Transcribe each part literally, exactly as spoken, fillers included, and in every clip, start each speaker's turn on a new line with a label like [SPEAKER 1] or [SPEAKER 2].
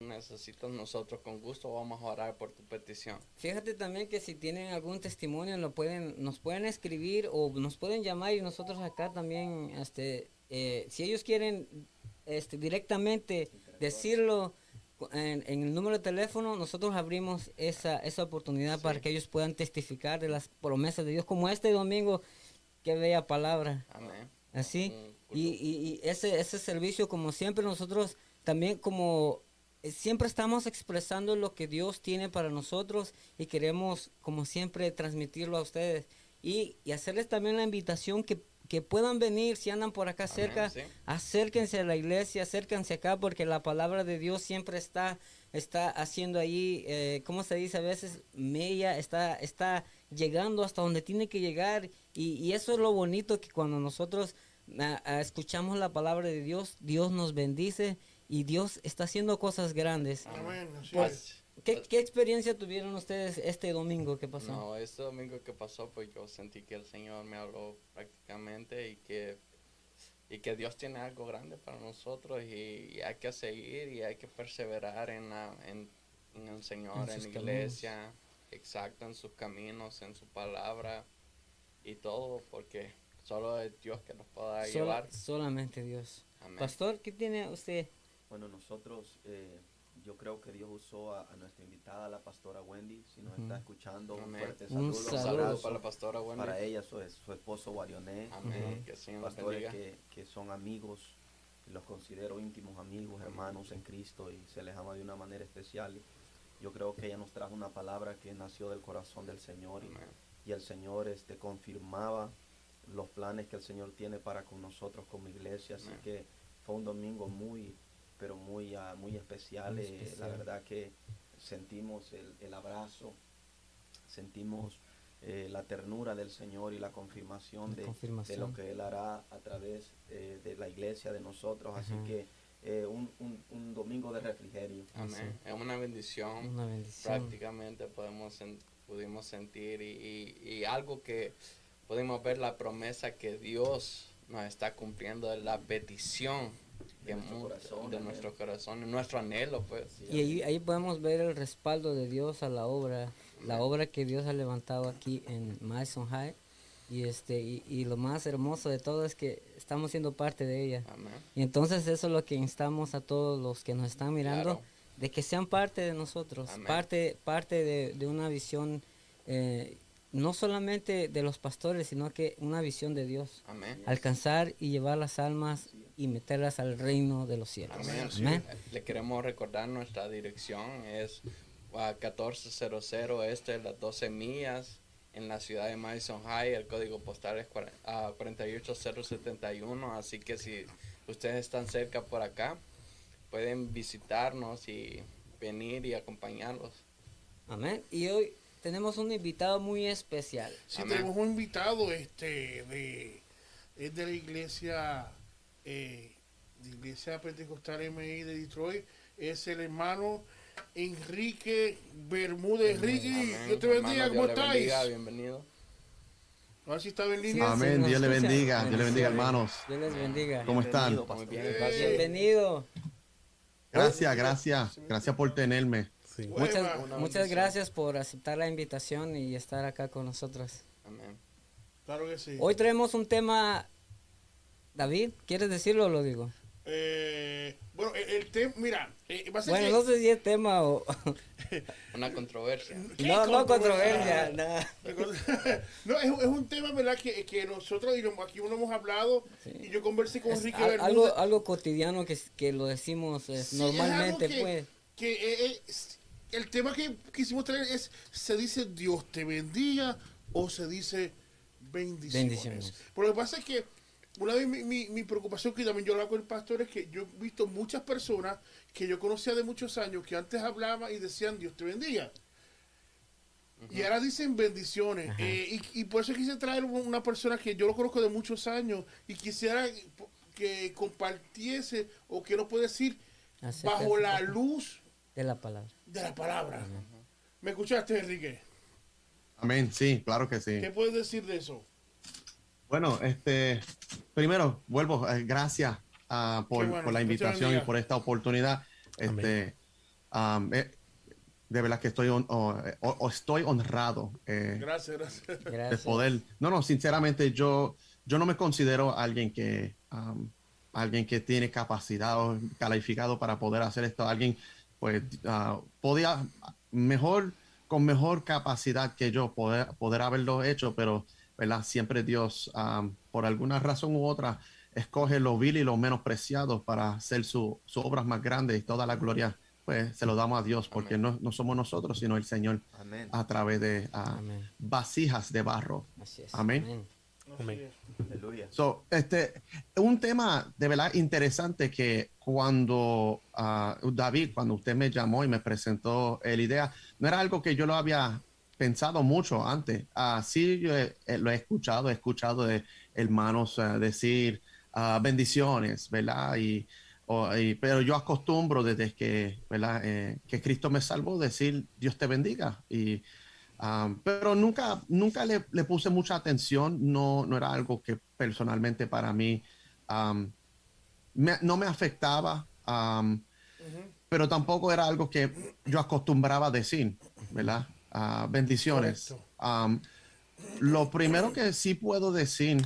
[SPEAKER 1] necesitas, nosotros con gusto vamos a orar por tu petición.
[SPEAKER 2] Fíjate también que si tienen algún testimonio lo pueden, nos pueden escribir o nos pueden llamar y nosotros acá también, este, eh, si ellos quieren este, directamente decirlo en, en el número de teléfono, nosotros abrimos esa, esa oportunidad sí. para que ellos puedan testificar de las promesas de Dios, como este domingo, qué bella palabra.
[SPEAKER 1] Amén.
[SPEAKER 2] Así, y, y, y ese, ese servicio, como siempre, nosotros también como siempre estamos expresando lo que Dios tiene para nosotros y queremos, como siempre, transmitirlo a ustedes y, y hacerles también la invitación que, que puedan venir, si andan por acá cerca,
[SPEAKER 1] Amén, sí.
[SPEAKER 2] acérquense a la iglesia, acérquense acá, porque la palabra de Dios siempre está, está haciendo ahí, eh, ¿cómo se dice a veces? Mella, está, está llegando hasta donde tiene que llegar y, y eso es lo bonito, que cuando nosotros a, a escuchamos la palabra de Dios, Dios nos bendice y Dios está haciendo cosas grandes.
[SPEAKER 3] Amén.
[SPEAKER 2] Pues, ¿qué, ¿Qué experiencia tuvieron ustedes este domingo que pasó?
[SPEAKER 1] No, este domingo que pasó, pues yo sentí que el Señor me habló prácticamente y que, y que Dios tiene algo grande para nosotros y, y hay que seguir y hay que perseverar en, la, en, en el Señor, en, en la iglesia, caminos. Exacto, en sus caminos, en su palabra y todo, porque solo es Dios que nos pueda
[SPEAKER 2] Sol,
[SPEAKER 1] llevar.
[SPEAKER 2] Solamente Dios.
[SPEAKER 1] Amén.
[SPEAKER 2] Pastor, ¿qué tiene usted?
[SPEAKER 4] Bueno, nosotros, eh, yo creo que Dios usó a, a nuestra invitada, la pastora Wendy. Si nos uh-huh. está escuchando,
[SPEAKER 1] Amén.
[SPEAKER 4] un fuerte
[SPEAKER 2] Un
[SPEAKER 4] saludo.
[SPEAKER 2] saludo,
[SPEAKER 1] un saludo para la pastora Wendy.
[SPEAKER 4] Para ella, su, su esposo Guarioné.
[SPEAKER 1] Amén. Uh-huh. Que Señor
[SPEAKER 4] pastores que, que son amigos, los considero íntimos amigos, hermanos en Cristo y se les ama de una manera especial. Yo creo que ella nos trajo una palabra que nació del corazón del Señor y, y el Señor este, confirmaba los planes que el Señor tiene para con nosotros como iglesia. Así Amén. Que fue un domingo muy... pero muy, uh, muy especial. Muy especial. Eh, la verdad que sentimos el, el abrazo, sentimos eh, la ternura del Señor y la confirmación, la de, confirmación. de lo que Él hará a través eh, de la iglesia, de nosotros. Ajá. Así que eh, un, un, un domingo de refrigerio.
[SPEAKER 1] Amén. Es una bendición.
[SPEAKER 2] Una bendición.
[SPEAKER 1] Prácticamente podemos sen- pudimos sentir y, y, y algo que pudimos ver la promesa que Dios nos está cumpliendo, de la petición de, nuestro corazón, de nuestro corazón, nuestro anhelo, pues.
[SPEAKER 2] Y ahí, ahí podemos ver el respaldo de Dios a la obra, Amén. La obra que Dios ha levantado aquí en Madison High. Y este y, y lo más hermoso de todo es que estamos siendo parte de ella.
[SPEAKER 1] Amén.
[SPEAKER 2] Y entonces eso es lo que instamos a todos los que nos están mirando, claro. de que sean parte de nosotros, Amén. parte parte de, de una visión, eh, no solamente de los pastores, sino que una visión de Dios.
[SPEAKER 1] Amén.
[SPEAKER 2] Alcanzar y llevar las almas y meterlas al reino de los cielos.
[SPEAKER 1] Amén.
[SPEAKER 2] Amén.
[SPEAKER 1] Le queremos recordar nuestra dirección, es uh, catorce cero cero este de las doce millas en la ciudad de Madison High. El código postal es cuarenta y ocho cero setenta y uno, así que si ustedes están cerca por acá, pueden visitarnos y venir y acompañarlos.
[SPEAKER 2] Amén. Y hoy tenemos un invitado muy especial.
[SPEAKER 3] Sí, Amén. Tenemos un invitado este de, es de la iglesia eh, de Iglesia Pentecostal M I de Detroit. Es el hermano Enrique Bermúdez. Enrique, Dios te bendiga,
[SPEAKER 1] hermano,
[SPEAKER 3] ¿cómo
[SPEAKER 1] Dios
[SPEAKER 3] estáis?
[SPEAKER 1] Bendiga, bienvenido.
[SPEAKER 3] A ver si está en línea.
[SPEAKER 5] Amén, Dios le bendiga, Dios le bendiga, hermanos.
[SPEAKER 2] Dios les bendiga.
[SPEAKER 5] ¿Cómo están?
[SPEAKER 1] Muy bien,
[SPEAKER 3] gracias.
[SPEAKER 2] Bienvenido.
[SPEAKER 5] Gracias, gracias, gracias por tenerme.
[SPEAKER 2] Sí. Muchas, muchas gracias por aceptar la invitación y estar acá con nosotros.
[SPEAKER 1] Amén.
[SPEAKER 3] Claro que sí.
[SPEAKER 2] Hoy traemos un tema. David, ¿quieres decirlo o lo digo?
[SPEAKER 3] Eh, bueno, el, el tema, mira, eh, va a ser
[SPEAKER 2] bueno,
[SPEAKER 3] que...
[SPEAKER 2] no sé si es tema o...
[SPEAKER 1] Una controversia.
[SPEAKER 2] No, no controversia, nada.
[SPEAKER 3] No, es, es un tema, ¿verdad? Que, que nosotros, aquí uno hemos hablado, sí. Y yo conversé con
[SPEAKER 2] es
[SPEAKER 3] Enrique
[SPEAKER 2] al,
[SPEAKER 3] Bermúdez.
[SPEAKER 2] Algo, algo cotidiano que, que lo decimos eh, sí, normalmente,
[SPEAKER 3] es que,
[SPEAKER 2] pues.
[SPEAKER 3] Que eh, es, el tema que quisimos traer es, ¿se dice Dios te bendiga o se dice bendiciones? Bendiciones. Pero lo que pasa es que una vez mi, mi, mi preocupación, que también yo hablaba con el pastor, es que yo he visto muchas personas que yo conocía de muchos años que antes hablaban y decían Dios te bendiga. Uh-huh. Y ahora dicen bendiciones. Uh-huh. eh, y, y por eso quise traer una persona que yo lo conozco de muchos años y quisiera que compartiese o que lo puede decir Acerca bajo la luz
[SPEAKER 2] de la palabra.
[SPEAKER 3] De la palabra. Uh-huh. ¿Me escuchaste, Enrique?
[SPEAKER 5] Amén, sí, claro que sí.
[SPEAKER 3] ¿Qué puedes decir de eso?
[SPEAKER 5] Bueno, este, primero, vuelvo, eh, gracias uh, por, bueno, por la invitación y por esta oportunidad. Este, um, eh, de verdad que estoy, on, o, o, o estoy honrado. Eh,
[SPEAKER 3] gracias, gracias.
[SPEAKER 5] De poder. No, no, sinceramente yo, yo no me considero alguien que, um, alguien que tiene capacidad o calificado para poder hacer esto. Alguien, pues, uh, podía mejor, con mejor capacidad que yo poder, poder haberlo hecho, pero, ¿verdad? Siempre Dios, um, por alguna razón u otra, escoge lo vil y lo menospreciado para hacer su, sus obras más grandes, y toda la gloria, pues, se lo damos a Dios, porque no, no somos nosotros, sino el Señor. Amén. A través de uh, vasijas de barro.
[SPEAKER 2] Así es.
[SPEAKER 5] Amén.
[SPEAKER 2] Amén.
[SPEAKER 4] Amén. Aleluya.
[SPEAKER 5] So, este, un tema de verdad interesante que cuando uh, David, cuando usted me llamó y me presentó la idea, no era algo que yo lo había pensado mucho antes. Uh, sí, yo he, lo he escuchado, he escuchado de hermanos uh, decir uh, bendiciones, ¿verdad? Y, o, y, pero yo acostumbro desde que, ¿verdad? Eh, que Cristo me salvó decir Dios te bendiga. Y Um, pero nunca, nunca le, le puse mucha atención, no, no era algo que personalmente para mí um, me, no me afectaba, um, uh-huh. pero tampoco era algo que yo acostumbraba a decir, ¿verdad? Uh, bendiciones. Um, lo primero que sí puedo decir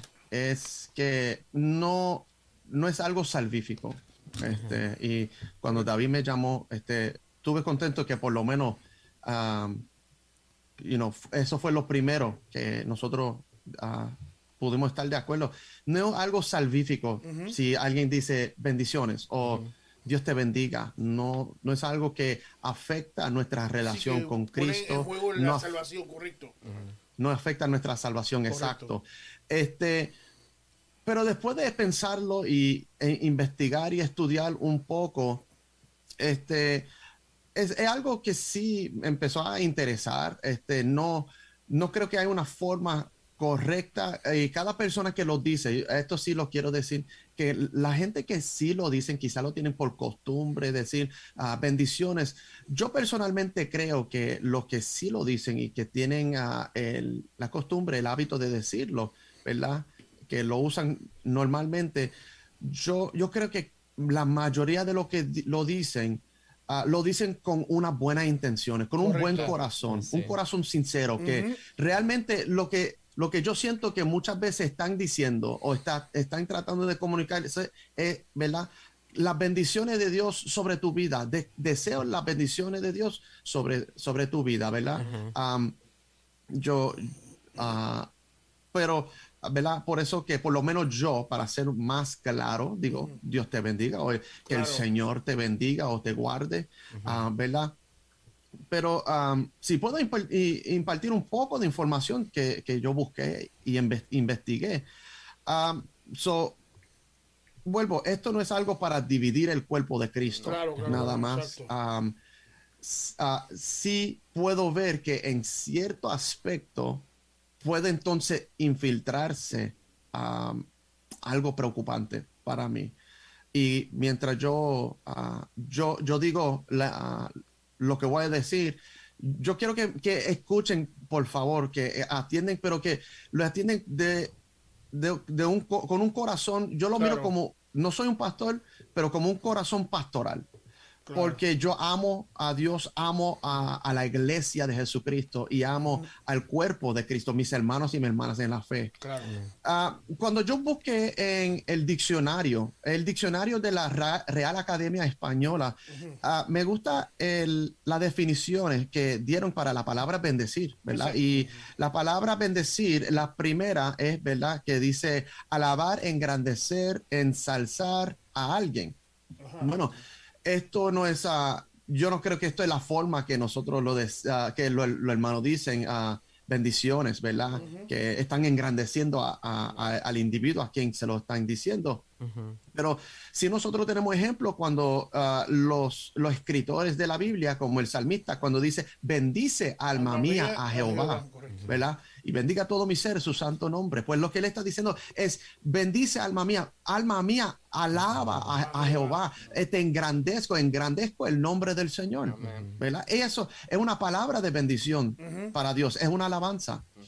[SPEAKER 5] es que no, no es algo salvífico. Este, uh-huh. Y cuando David me llamó, este, estuve contento que por lo menos... Um, You know, eso fue lo primero que nosotros uh, pudimos estar de acuerdo. No es algo salvífico. Uh-huh. Si alguien dice bendiciones o uh-huh. Dios te bendiga, no, no es algo que afecta nuestra relación con Cristo.
[SPEAKER 3] En no, la salvación, correcto.
[SPEAKER 5] Uh-huh. No afecta nuestra salvación, correcto. Exacto. Este, pero después de pensarlo y e investigar y estudiar un poco, este... Es, es algo que sí empezó a interesar. Este, no, no creo que hay una forma correcta. Y cada persona que lo dice, esto sí lo quiero decir, que la gente que sí lo dicen, quizá lo tienen por costumbre, decir uh, bendiciones. Yo personalmente creo que los que sí lo dicen y que tienen uh, el, la costumbre, el hábito de decirlo, ¿verdad? Que lo usan normalmente. Yo, yo creo que la mayoría de los que lo dicen, Uh, lo dicen con unas buenas intenciones, con Correcto. Un buen corazón, sí. Un corazón sincero, uh-huh. que realmente lo que, lo que yo siento que muchas veces están diciendo o está, están tratando de comunicar es, es, ¿verdad? Las bendiciones de Dios sobre tu vida. De, deseo las bendiciones de Dios sobre, sobre tu vida, ¿verdad? Uh-huh. Um, yo, uh, pero... ¿verdad? Por eso que por lo menos yo, para ser más claro, digo, uh-huh. Dios te bendiga, o que claro. El Señor te bendiga o te guarde, uh-huh. uh, ¿verdad? Pero um, si puedo impar- impartir un poco de información que, que yo busqué y inve- investigué. Um, so, vuelvo, esto no es algo para dividir el cuerpo de Cristo, claro, claro, nada más. Um, uh, sí puedo ver que en cierto aspecto puede entonces infiltrarse um, algo preocupante para mí. Y mientras yo, uh, yo, yo digo la, uh, lo que voy a decir, yo quiero que, que escuchen, por favor, que atienden, pero que lo atienden de, de, de un, con un corazón. Yo lo claro. miro como, no soy un pastor, pero como un corazón pastoral. Claro. Porque yo amo a Dios, amo a, a la iglesia de Jesucristo y amo uh-huh. al cuerpo de Cristo, mis hermanos y mis hermanas en la fe. Claro. Uh, cuando yo busqué en el diccionario, el diccionario de la Ra- Real Academia Española, uh-huh. uh, me gusta el, las definiciones que dieron para la palabra bendecir, ¿verdad? Exacto. Y la palabra bendecir, la primera es, ¿verdad? Que dice alabar, engrandecer, ensalzar a alguien. Uh-huh. Bueno, esto no es, uh, yo no creo que esto es la forma que nosotros lo, des, uh, que los lo hermanos dicen, uh, bendiciones, ¿verdad? Uh-huh. Que están engrandeciendo a, a, a, al individuo a quien se lo están diciendo. Uh-huh. Pero si nosotros tenemos ejemplos cuando uh, los, los escritores de la Biblia, como el salmista, cuando dice, bendice alma, alma mía, mía a Jehová, Jehová ¿verdad? Y bendiga todo mi ser su santo nombre. Pues lo que él está diciendo es, bendice alma mía, alma mía, alaba a, a Jehová, te engrandezco, engrandezco el nombre del Señor. Amén. ¿Verdad? Eso es una palabra de bendición uh-huh. para Dios, es una alabanza. Uh-huh.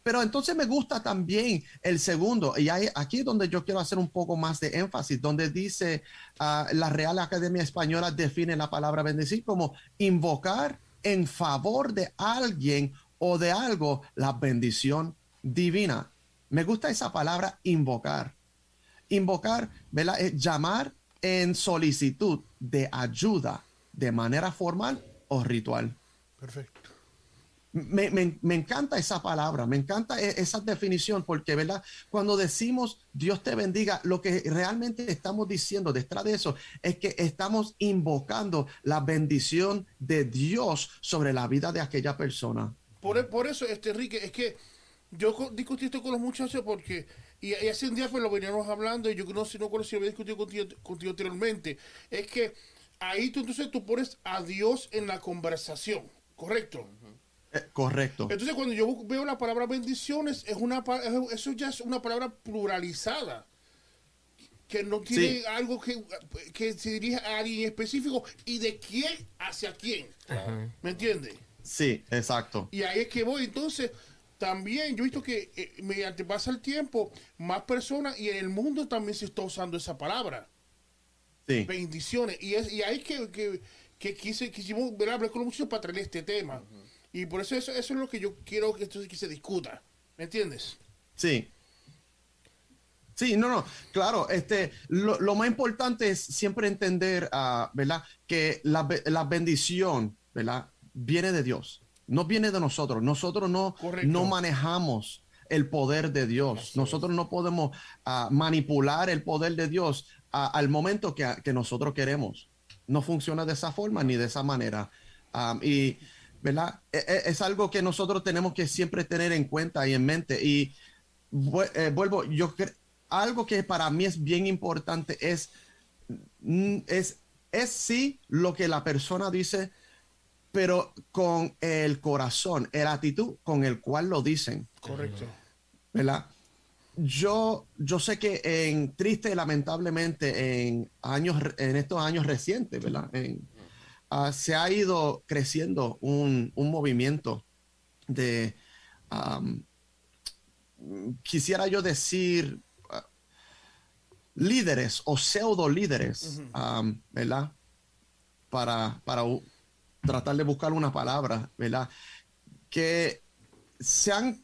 [SPEAKER 5] Pero entonces me gusta también el segundo, y hay, aquí es donde yo quiero hacer un poco más de énfasis, donde dice uh, la Real Academia Española define la palabra bendecir como invocar en favor de alguien o de algo la bendición divina. Me gusta esa palabra invocar. Invocar, ¿verdad? Es llamar en solicitud de ayuda de manera formal o ritual.
[SPEAKER 3] Perfecto.
[SPEAKER 5] Me, me, me encanta esa palabra, me encanta esa definición, porque, ¿verdad? Cuando decimos Dios te bendiga, lo que realmente estamos diciendo detrás de eso es que estamos invocando la bendición de Dios sobre la vida de aquella persona.
[SPEAKER 3] Por, por eso, este, Enrique, es que yo discutí esto con los muchachos porque, y, y hace un día pues lo veníamos hablando, y yo no sé, no conozco si había discutido contigo, contigo anteriormente, es que ahí tú entonces tú pones a Dios en la conversación, ¿correcto? Uh-huh.
[SPEAKER 5] Eh, correcto.
[SPEAKER 3] Entonces cuando yo veo la palabra bendiciones, es una eso ya es una palabra pluralizada, que no tiene sí. algo que, que se dirija a alguien específico y de quién hacia quién. Uh-huh. ¿Me entiendes?
[SPEAKER 5] Sí, exacto.
[SPEAKER 3] Y ahí es que voy, entonces... También yo he visto que eh, mediante pasa el tiempo, más personas y en el mundo también se está usando esa palabra.
[SPEAKER 5] Sí.
[SPEAKER 3] Bendiciones. Y, es, y ahí es que, que, que quise, quisimos hablar con los muchachos para traer este tema. Uh-huh. Y por eso, eso eso es lo que yo quiero que, esto, que se discuta. ¿Me entiendes?
[SPEAKER 5] Sí. Sí, no, no, claro, este, lo, lo más importante es siempre entender, uh, ¿verdad? Que la, la bendición, ¿verdad? Viene de Dios. No viene de nosotros. Nosotros no, no manejamos el poder de Dios. Así nosotros es. No podemos uh, manipular el poder de Dios uh, al momento que, que nosotros queremos. No funciona de esa forma ni de esa manera. Um, y, ¿verdad? Es, es algo que nosotros tenemos que siempre tener en cuenta y en mente. Y eh, vuelvo, yo algo que para mí es bien importante es, es, es sí lo que la persona dice, pero con el corazón, la actitud con el cual lo dicen.
[SPEAKER 3] Correcto.
[SPEAKER 5] ¿Verdad? Yo, yo sé que en triste, lamentablemente, en años, en estos años recientes, ¿verdad? En, uh, se ha ido creciendo un, un movimiento de, um, quisiera yo decir, uh, líderes o pseudo líderes, uh-huh. um, ¿verdad? Para, para tratar de buscar una palabra, ¿verdad? Que se han,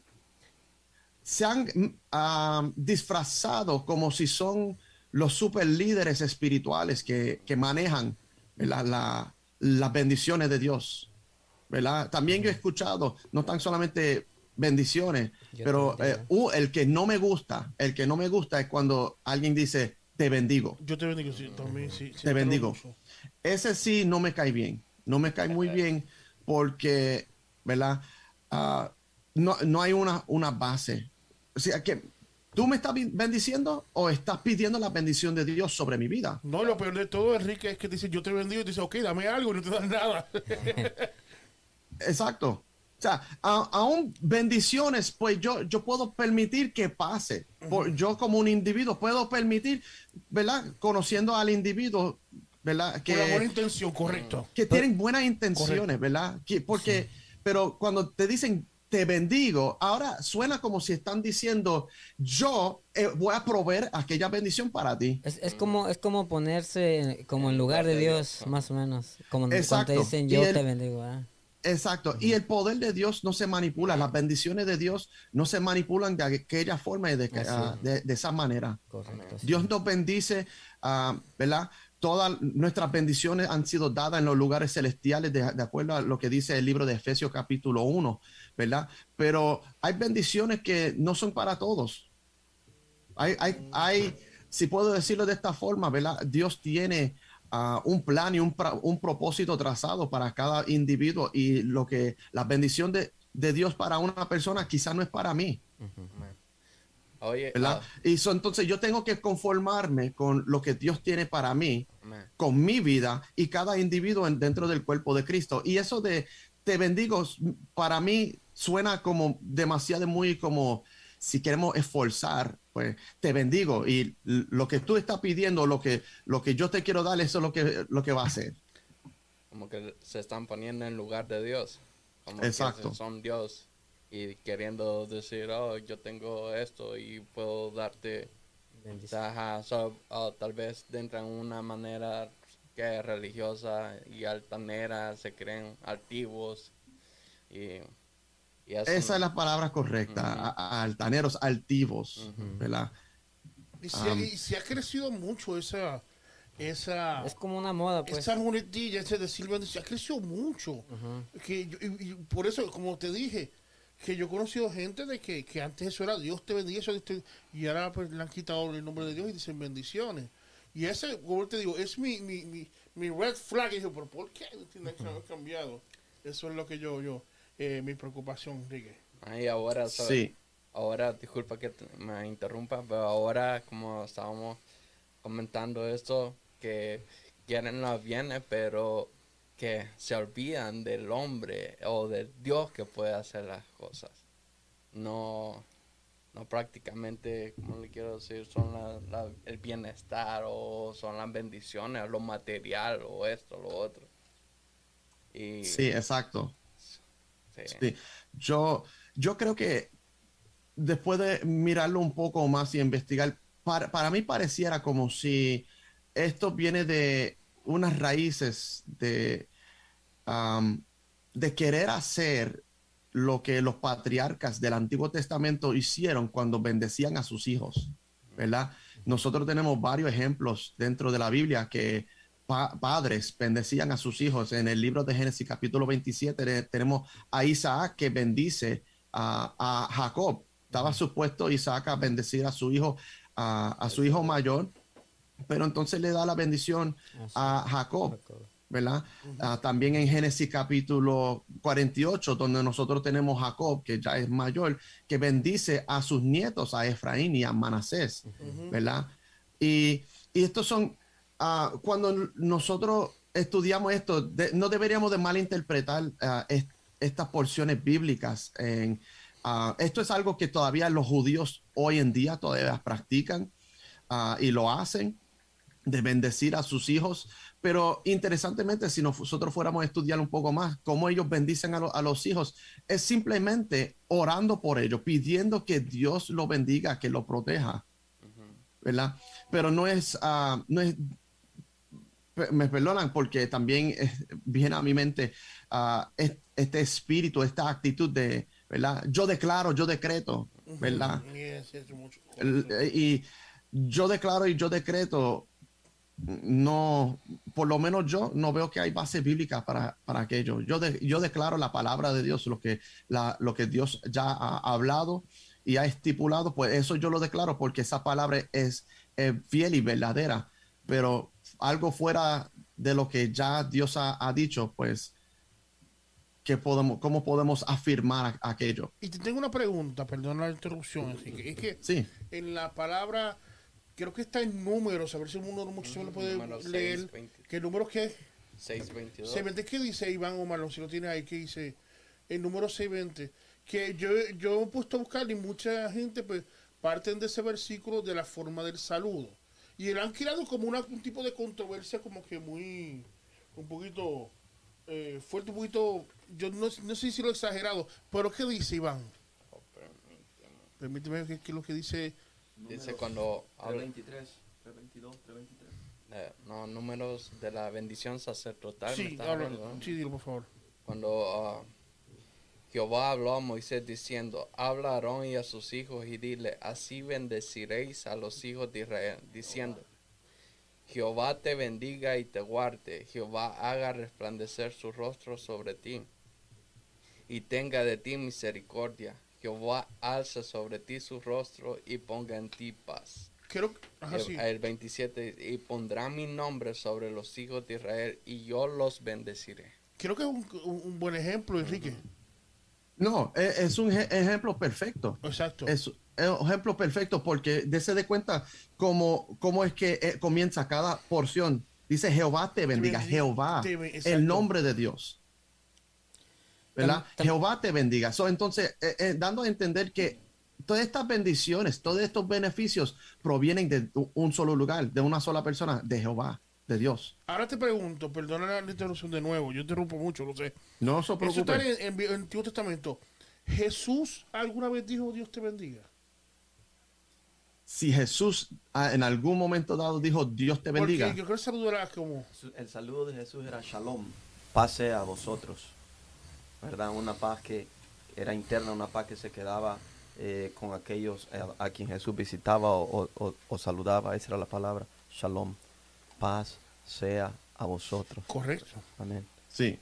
[SPEAKER 5] se han uh, disfrazado como si son los super líderes espirituales que, que manejan, ¿verdad? La, las bendiciones de Dios, ¿verdad? También yo he escuchado, no tan solamente bendiciones, yo pero eh, uh, el que no me gusta, el que no me gusta es cuando alguien dice, te bendigo.
[SPEAKER 3] Yo te bendigo, sí, también, sí. sí
[SPEAKER 5] te bendigo. Ese sí no me cae bien. No me cae muy bien porque, ¿verdad? Uh, no, no hay una, una base. O sea, que ¿tú me estás bendiciendo o estás pidiendo la bendición de Dios sobre mi vida?
[SPEAKER 3] No, lo peor de todo, Enrique, es que te dice, yo te bendigo y te dice, ok, dame algo y no te dan nada.
[SPEAKER 5] Exacto. O sea, a, aún bendiciones, pues yo, yo puedo permitir que pase. Por, uh-huh. Yo como un individuo puedo permitir, ¿verdad? Conociendo al individuo, ¿verdad? Que,
[SPEAKER 3] con la buena intención, correcto.
[SPEAKER 5] Que tienen buenas intenciones, correcto. ¿Verdad? Que, porque, sí. Pero cuando te dicen te bendigo, ahora suena como si están diciendo yo eh, voy a proveer aquella bendición para ti.
[SPEAKER 2] Es, es como es como ponerse como en lugar de Dios, más o menos. Como cuando te dicen yo el, te bendigo. ¿eh?
[SPEAKER 5] Exacto. Uh-huh. Y el poder de Dios no se manipula. Las bendiciones de Dios no se manipulan de aquella forma y de, uh, de, de esa manera.
[SPEAKER 2] Correcto.
[SPEAKER 5] Dios
[SPEAKER 2] sí.
[SPEAKER 5] nos bendice, uh, ¿verdad? Todas nuestras bendiciones han sido dadas en los lugares celestiales de, de acuerdo a lo que dice el libro de Efesios capítulo uno, ¿verdad? Pero hay bendiciones que no son para todos. Hay, hay, hay si puedo decirlo de esta forma, ¿verdad? Dios tiene uh, un plan y un, un propósito trazado para cada individuo y lo que la bendición de, de Dios para una persona quizás no es para mí.
[SPEAKER 1] Uh-huh. Oye,
[SPEAKER 5] ¿verdad? Uh, y so, entonces yo tengo que conformarme con lo que Dios tiene para mí, man. Con mi vida y cada individuo en, dentro del cuerpo de Cristo. Y eso de te bendigo, para mí suena como demasiado muy como si queremos esforzar, pues te bendigo y lo que tú estás pidiendo, lo que, lo que yo te quiero dar, eso es lo que, lo que va a hacer.
[SPEAKER 1] Como que se están poniendo en lugar de Dios. Como
[SPEAKER 5] exacto.
[SPEAKER 1] Que son Dios. y queriendo decir, oh, yo tengo esto y puedo darte, ajá, so, oh, tal vez dentro de una manera que es religiosa y altanera, se creen altivos y, y eso
[SPEAKER 5] esa
[SPEAKER 1] no.
[SPEAKER 5] es la palabra correcta,
[SPEAKER 1] Ujú.
[SPEAKER 5] a- a- altaneros, altivos,
[SPEAKER 1] Ujú.
[SPEAKER 5] ¿verdad?
[SPEAKER 3] Y se,
[SPEAKER 5] Um,
[SPEAKER 3] y se ha crecido mucho esa, esa,
[SPEAKER 2] Es como una moda, pues.
[SPEAKER 3] esa muletilla, ese decir bendición, ha crecido mucho.
[SPEAKER 2] Ujú.
[SPEAKER 3] Que yo- y, y por eso, como te dije, que yo he conocido gente de que, que antes eso era Dios te bendiga, eso, Dios te- y ahora pues le han quitado el nombre de Dios y dicen bendiciones. Y ese, como te digo, es mi, mi, mi, mi red flag. Y dije, ¿pero por qué tiene que haber cambiado? Eso es lo que yo, yo, eh, mi preocupación, Enrique.
[SPEAKER 1] Ay, ahora, so-
[SPEAKER 5] sí,
[SPEAKER 1] ahora, disculpa que te- me interrumpa, pero ahora como estábamos comentando esto, que quieren los bienes, pero que se olvidan del hombre o del Dios que puede hacer las cosas. No, no prácticamente, como le quiero decir, son la, la- el bienestar o son las bendiciones, lo material o esto, lo otro. Y,
[SPEAKER 5] sí, exacto.
[SPEAKER 1] sí.
[SPEAKER 5] Sí. Yo, yo creo que después de mirarlo un poco más y investigar, para, para mí pareciera como si esto viene de unas raíces de, um, de querer hacer lo que los patriarcas del Antiguo Testamento hicieron cuando bendecían a sus hijos, ¿verdad? Nosotros tenemos varios ejemplos dentro de la Biblia que pa padres bendecían a sus hijos. En el libro de Génesis capítulo veintisiete tenemos a Isaac que bendice a, a Jacob. Estaba supuesto Isaac a bendecir a su hijo, a, a su hijo mayor, pero entonces le da la bendición a Jacob, ¿verdad? Uh, también en Génesis capítulo cuarenta y ocho, donde nosotros tenemos a Jacob, que ya es mayor, que bendice a sus nietos, a Efraín y a Manasés, uh-huh. ¿verdad? Y, y estos son, uh, cuando nosotros estudiamos esto, de, no deberíamos de malinterpretar uh, est estas porciones bíblicas. En, uh, esto es algo que todavía los judíos hoy en día todavía practican uh, y lo hacen, de bendecir a sus hijos, pero interesantemente, si nosotros fuéramos a estudiar un poco más cómo ellos bendicen a, lo, a los hijos, es simplemente orando por ellos, pidiendo que Dios lo bendiga, que lo proteja, ¿verdad? Pero no es, uh, no es, me perdonan porque también es, viene a mi mente uh, es, este espíritu, esta actitud de, ¿verdad? Yo declaro, yo decreto, ¿verdad?
[SPEAKER 3] Yes, yes, mucho.
[SPEAKER 5] Y yo declaro y yo decreto. No, por lo menos yo no veo que hay base bíblica para, para aquello. Yo, de, yo declaro la palabra de Dios, lo que, la, lo que Dios ya ha hablado y ha estipulado, pues eso yo lo declaro porque esa palabra es eh, fiel y verdadera, pero algo fuera de lo que ya Dios ha, ha dicho, pues, ¿qué podemos, ¿cómo podemos afirmar aquello?
[SPEAKER 3] Y te tengo una pregunta, perdona la interrupción, Enrique. Es que
[SPEAKER 5] sí.
[SPEAKER 3] En la palabra... Creo que está en números, a ver si uno mucho se lo puede leer. seis, ¿qué número qué?
[SPEAKER 1] seis veintidós.
[SPEAKER 3] seis veinte, ¿qué dice Iván Omar? Si lo tiene ahí, ¿qué dice? El número seis veinte. Que yo, yo he puesto a buscar y mucha gente pues parten de ese versículo de la forma del saludo. Y le han creado como una, un tipo de controversia como que muy, un poquito eh, fuerte, un poquito, yo no, no sé si lo he exagerado, pero ¿qué dice Iván?
[SPEAKER 1] Oh, permíteme.
[SPEAKER 3] Permíteme que, que lo que dice...
[SPEAKER 1] Dice cuando
[SPEAKER 4] tres veintitrés, tres veintidós, tres veintitrés.
[SPEAKER 1] Eh, no, números de la bendición sacerdotal.
[SPEAKER 3] Sí, habla, hablando, ¿no? Sí, dilo por favor.
[SPEAKER 1] Cuando uh, Jehová habló a Moisés diciendo, habla a Aarón y a sus hijos y dile, así bendeciréis a los hijos de Israel, diciendo, Jehová te bendiga y te guarde, Jehová haga resplandecer su rostro sobre ti y tenga de ti misericordia. Jehová alza sobre ti su rostro y ponga en ti paz.
[SPEAKER 3] Creo, ajá,
[SPEAKER 1] el,
[SPEAKER 3] sí.
[SPEAKER 1] el veintisiete, y pondrá mi nombre sobre los hijos de Israel y yo los bendeciré.
[SPEAKER 3] Creo que es un, un buen ejemplo, Enrique.
[SPEAKER 5] No, es, es un ejemplo perfecto.
[SPEAKER 3] Exacto.
[SPEAKER 5] Es, es un ejemplo perfecto porque dése de cuenta cómo, cómo es que eh, comienza cada porción. Dice Jehová te bendiga, te bendiga Jehová, te, el nombre de Dios. ¿Verdad? Tam, tam, Jehová te bendiga. So, entonces, eh, eh, dando a entender que todas estas bendiciones, todos estos beneficios provienen de un solo lugar, de una sola persona, de Jehová, de Dios.
[SPEAKER 3] Ahora te pregunto, perdona la interrupción de nuevo, yo interrumpo mucho, lo sé.
[SPEAKER 5] No se preocupe.
[SPEAKER 3] Eso está en, en, en el Antiguo Testamento. Jesús alguna vez dijo Dios te bendiga.
[SPEAKER 5] Si Jesús ah, en algún momento dado dijo Dios te bendiga.
[SPEAKER 3] Porque yo creo que el saludo era como...
[SPEAKER 4] El saludo de Jesús era shalom, paz sea a vosotros, ¿verdad? Una paz que era interna, una paz que se quedaba eh, con aquellos a, a quien Jesús visitaba o, o, o saludaba. Esa era la palabra, shalom, paz sea a vosotros.
[SPEAKER 3] Correcto.
[SPEAKER 4] Amén.
[SPEAKER 5] Sí.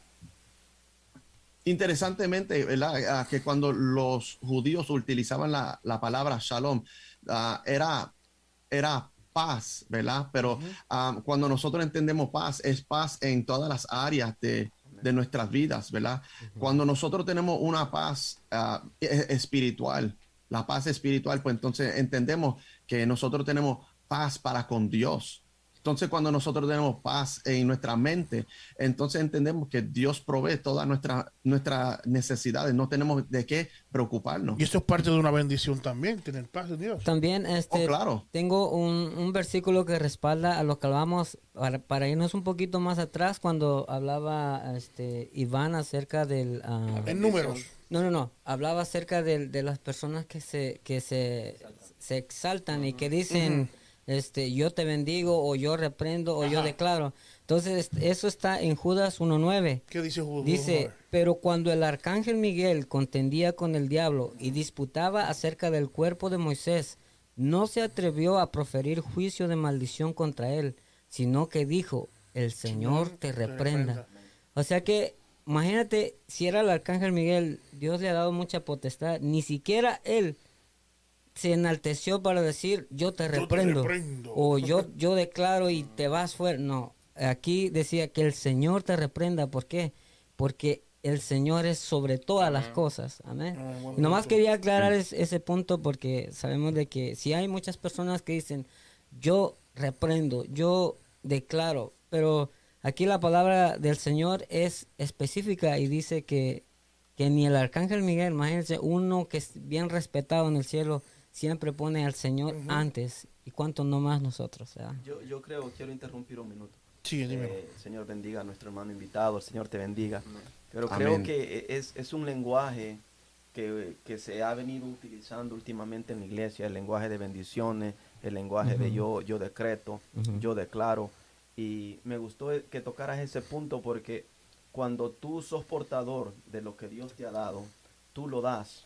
[SPEAKER 5] Interesantemente, ¿verdad? Que cuando los judíos utilizaban la, la palabra shalom, uh, era, era paz, ¿verdad? Pero uh-huh. uh, cuando nosotros entendemos paz, es paz en todas las áreas de, de nuestras vidas, ¿verdad? Uh-huh. Cuando nosotros tenemos una paz uh, espiritual, la paz espiritual, pues entonces entendemos que nosotros tenemos paz para con Dios. Entonces, cuando nosotros tenemos paz en nuestra mente, entonces entendemos que Dios provee todas nuestras nuestras necesidades. No tenemos de qué preocuparnos.
[SPEAKER 3] Y esto es parte de una bendición también, tener paz de Dios.
[SPEAKER 2] También este,
[SPEAKER 5] oh, claro.
[SPEAKER 2] tengo un, un versículo que respalda a lo que hablamos, para, para irnos un poquito más atrás, cuando hablaba este, Iván acerca del... Uh,
[SPEAKER 3] en números.
[SPEAKER 2] No, no, no. Hablaba acerca de, de las personas que se, que se, se exaltan uh-huh. y que dicen... Uh-huh. Este, yo te bendigo, o yo reprendo, o Ajá. yo declaro. Entonces, eso está en Judas uno nueve.
[SPEAKER 3] ¿Qué dice Judas?
[SPEAKER 2] Dice, pero cuando el arcángel Miguel contendía con el diablo y disputaba acerca del cuerpo de Moisés, no se atrevió a proferir juicio de maldición contra él, sino que dijo, el Señor te reprenda. O sea que, imagínate, si era el arcángel Miguel, Dios le ha dado mucha potestad, ni siquiera él se enalteció para decir yo te reprendo,
[SPEAKER 3] yo te reprendo.
[SPEAKER 2] o yo yo declaro y te vas fuera. No, aquí decía que el Señor te reprenda. ¿Por qué? Porque el Señor es sobre todas Amén. Las cosas. Amén. Ah, y nomás quería aclarar es, ese punto, porque sabemos de que si hay muchas personas que dicen yo reprendo, yo declaro, pero aquí la palabra del Señor es específica y dice que, que ni el arcángel Miguel, imagínense, uno que es bien respetado en el cielo, siempre pone al Señor uh-huh. antes, y cuánto no más nosotros. ¿verdad?
[SPEAKER 4] Yo, yo creo, quiero interrumpir un minuto.
[SPEAKER 3] Sí, dime.
[SPEAKER 4] Eh, el Señor bendiga a nuestro hermano invitado, el Señor te bendiga. Amén. Pero creo Amén. que es, es un lenguaje que, que se ha venido utilizando últimamente en la iglesia, el lenguaje de bendiciones, el lenguaje uh-huh. de yo, yo decreto, uh-huh. yo declaro. Y me gustó que tocaras ese punto, porque cuando tú sos portador de lo que Dios te ha dado, tú lo das.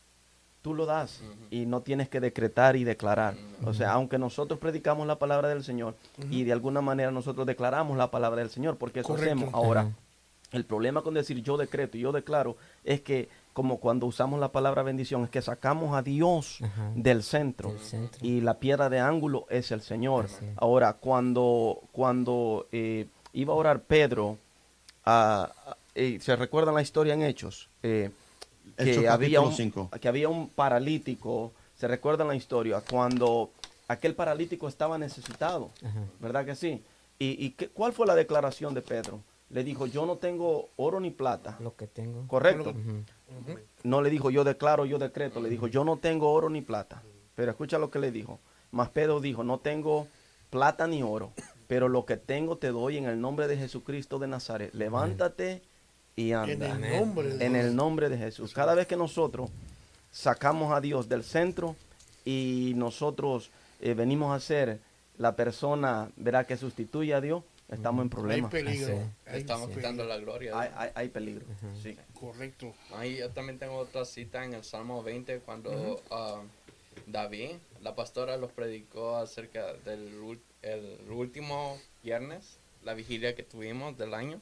[SPEAKER 4] Tú lo das uh-huh. y no tienes que decretar y declarar. Uh-huh. O sea, aunque nosotros predicamos la palabra del Señor uh-huh. y de alguna manera nosotros declaramos la palabra del Señor, porque eso Correcto. Hacemos. Ahora, uh-huh. el problema con decir yo decreto y yo declaro es que, como cuando usamos la palabra bendición, es que sacamos a Dios uh-huh. del centro, del centro y la piedra de ángulo es el Señor. Uh-huh. Ahora, cuando, cuando eh, iba a orar Pedro, uh, eh, ¿se recuerdan la historia en Hechos? Eh, Que había, un, que había un paralítico, se recuerda la historia, cuando aquel paralítico estaba necesitado, Ajá. ¿verdad que sí? ¿Y, y qué, cuál fue la declaración de Pedro? Le dijo, yo no tengo oro ni plata.
[SPEAKER 2] Lo que tengo.
[SPEAKER 4] ¿Correcto?
[SPEAKER 2] Uh-huh.
[SPEAKER 4] Uh-huh. No le dijo, yo declaro, yo decreto, le dijo, yo no tengo oro ni plata. Pero escucha lo que le dijo. Mas Pedro dijo, no tengo plata ni oro, pero lo que tengo te doy en el nombre de Jesucristo de Nazaret. Levántate y anda.
[SPEAKER 3] En el nombre de,
[SPEAKER 4] en el nombre de Jesús. Cada vez que nosotros sacamos a Dios del centro y nosotros eh, venimos a ser la persona, ¿verdad?, que sustituye a Dios, estamos en problemas.
[SPEAKER 3] Hay peligro.
[SPEAKER 1] Hay, estamos sí. quitando la gloria.
[SPEAKER 4] Hay, hay, hay peligro. Uh-huh. Sí.
[SPEAKER 3] Correcto.
[SPEAKER 1] Ahí yo también tengo otra cita en el Salmo veinte, cuando uh-huh. uh, David, la pastora, los predicó acerca del el último viernes, la vigilia que tuvimos del año,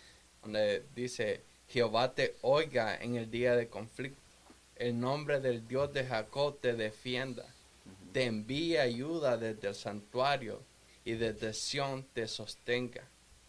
[SPEAKER 1] donde dice, Jehová te oiga en el día de conflicto, el nombre del Dios de Jacob te defienda, uh-huh. te envíe ayuda desde el santuario y desde Sión te sostenga,